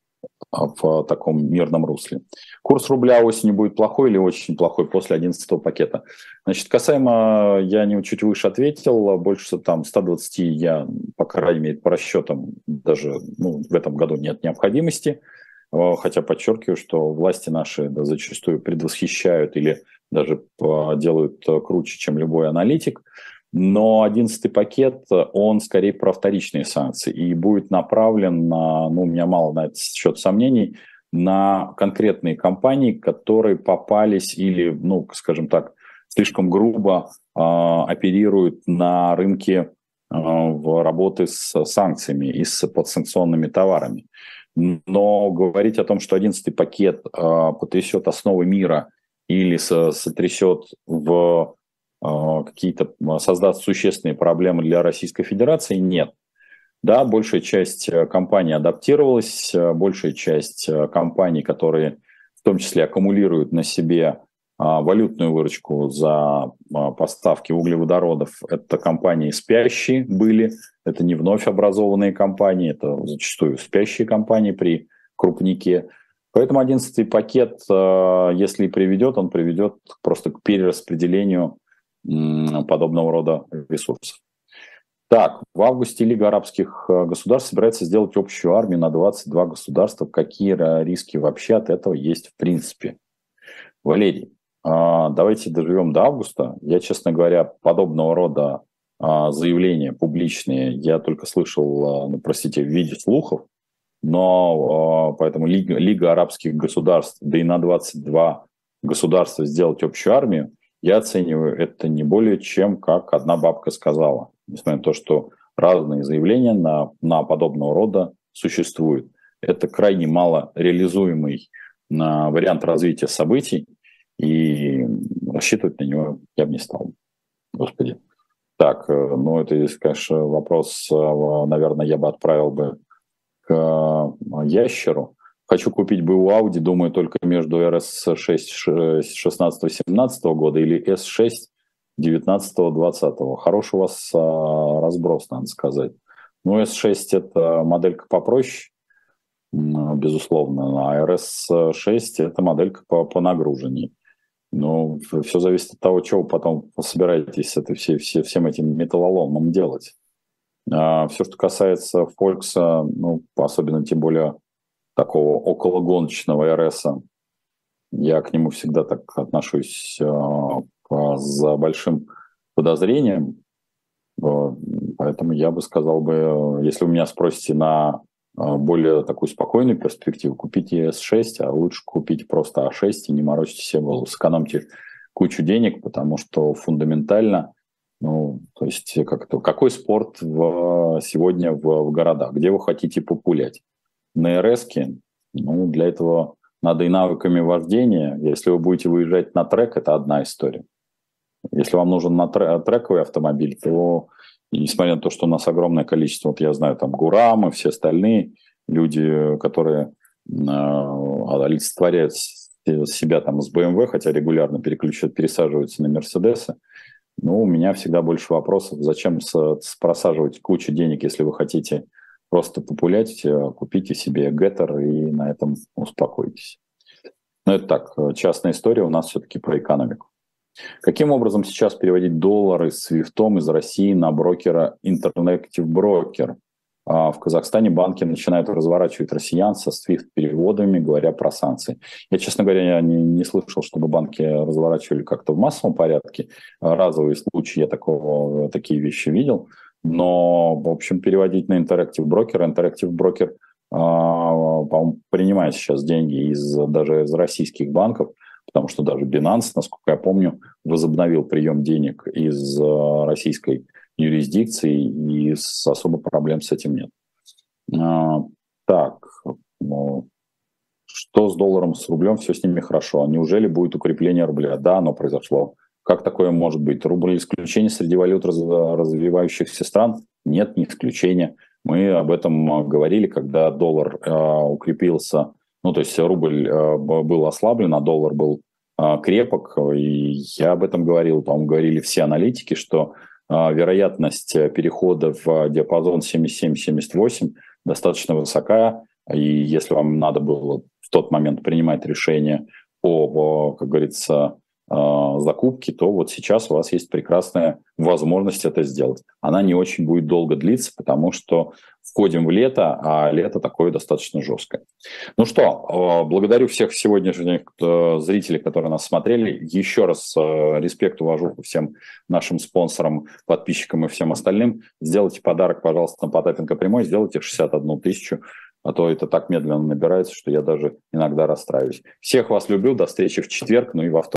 в таком мирном русле. Курс рубля осенью будет плохой или очень плохой после одиннадцатого пакета? Значит, касаемо, я не чуть выше ответил, больше там ста двадцати я, по крайней мере, по расчетам даже ну, в этом году нет необходимости. Хотя подчеркиваю, что власти наши да, зачастую предвосхищают или даже делают круче, чем любой аналитик. Но одиннадцатый пакет, он скорее про вторичные санкции и будет направлен на, ну, у меня мало на этот счет сомнений, на конкретные компании, которые попались или, ну, скажем так, слишком грубо э, оперируют на рынке э, в работы с санкциями и с подсанкционными товарами. Но говорить о том, что одиннадцатый пакет э, потрясет основы мира или со, сотрясет в какие-то, создаст существенные проблемы для Российской Федерации, нет. Да, большая часть компаний адаптировалась, большая часть компаний, которые в том числе аккумулируют на себе валютную выручку за поставки углеводородов, это компании спящие были, это не вновь образованные компании, это зачастую спящие компании при крупнике. Поэтому одиннадцатый пакет, если и приведет, он приведет просто к перераспределению подобного рода ресурсов. Так, в августе Лига арабских государств собирается сделать общую армию на двадцать два государства. Какие риски вообще от этого есть в принципе? Валерий, давайте доживем до августа. Я, честно говоря, подобного рода заявления публичные я только слышал, ну, простите, в виде слухов, но поэтому Лига, Лига арабских государств, да и на двадцать два государства сделать общую армию, я оцениваю это не более чем, как одна бабка сказала. Несмотря на то, что разные заявления на, на подобного рода существуют. Это крайне мало реализуемый на вариант развития событий, и рассчитывать на него я бы не стал. Господи. Так, ну это, конечно, вопрос, наверное, я бы отправил бы к ящеру. Хочу купить БУ Audi, думаю, только между эр эс шесть шестнадцатого-семнадцатого года или эс шесть девятнадцатого-двадцатого. Хороший у вас а, разброс, надо сказать. Ну, эс шесть это моделька попроще, безусловно, а эр эс шесть это моделька по, по нагруженней. Ну, все зависит от того, что вы потом собираетесь это, все, все, всем этим металлоломом делать. А, все, что касается Фолькса, ну, особенно тем более такого окологоночного эр эс, я к нему всегда так отношусь а, по, с большим подозрением. Поэтому я бы сказал бы, если вы меня спросите на более такую спокойную перспективу, купите эс шесть, а лучше купите просто а шесть и не морочьте себе голову, сэкономьте кучу денег, потому что фундаментально, ну, то есть как-то, какой спорт в, сегодня в, в городах, где вы хотите популять? На эр эс-ке, ну, для этого надо и навыками вождения. Если вы будете выезжать на трек, это одна история. Если вам нужен на трековый автомобиль, то, несмотря на то, что у нас огромное количество, вот я знаю, там Гурам и все остальные люди, которые э, олицетворяют себя там с бэ эм вэ, хотя регулярно переключают, пересаживаются на Мерседесы, ну, у меня всегда больше вопросов, зачем с, с просаживать кучу денег, если вы хотите просто популять, купите себе Геттер и на этом успокойтесь. Но это так, частная история, у нас все-таки про экономику. Каким образом сейчас переводить доллары с свифтом из России на брокера Interactive Broker? В Казахстане банки начинают разворачивать россиян со свифт-переводами, говоря про санкции. Я, честно говоря, я не, не слышал, чтобы банки разворачивали как-то в массовом порядке. Разовые случаи я такого, такие вещи видел. Но, в общем, переводить на Interactive Broker. Interactive Broker, по-моему, принимает сейчас деньги из, даже из российских банков, потому что даже Binance, насколько я помню, возобновил прием денег из российской юрисдикции, и особо проблем с этим нет. А, так, ну, что с долларом, с рублем, все с ними хорошо. А неужели будет укрепление рубля? Да, оно произошло. Как такое может быть? Рубль исключение среди валют раз, развивающихся стран? Нет, не исключение. Мы об этом говорили, когда доллар э, укрепился. Ну, то есть рубль э, был ослаблен, а доллар был э, крепок. И я об этом говорил, по-моему, говорили все аналитики, что э, вероятность перехода в диапазон семьдесят семь - семьдесят восемь достаточно высока. И если вам надо было в тот момент принимать решение по, как говорится, э, закупке, то вот сейчас у вас есть прекрасная возможность это сделать. Она не очень будет долго длиться, потому что входим в лето, а лето такое достаточно жесткое. Ну что, благодарю всех сегодняшних зрителей, которые нас смотрели. Еще раз респект, уважуха всем нашим спонсорам, подписчикам и всем остальным. Сделайте подарок, пожалуйста, на Потапенко прямой, сделайте шестьдесят одну тысячу, а то это так медленно набирается, что я даже иногда расстраиваюсь. Всех вас люблю, до встречи в четверг, ну и во вторник.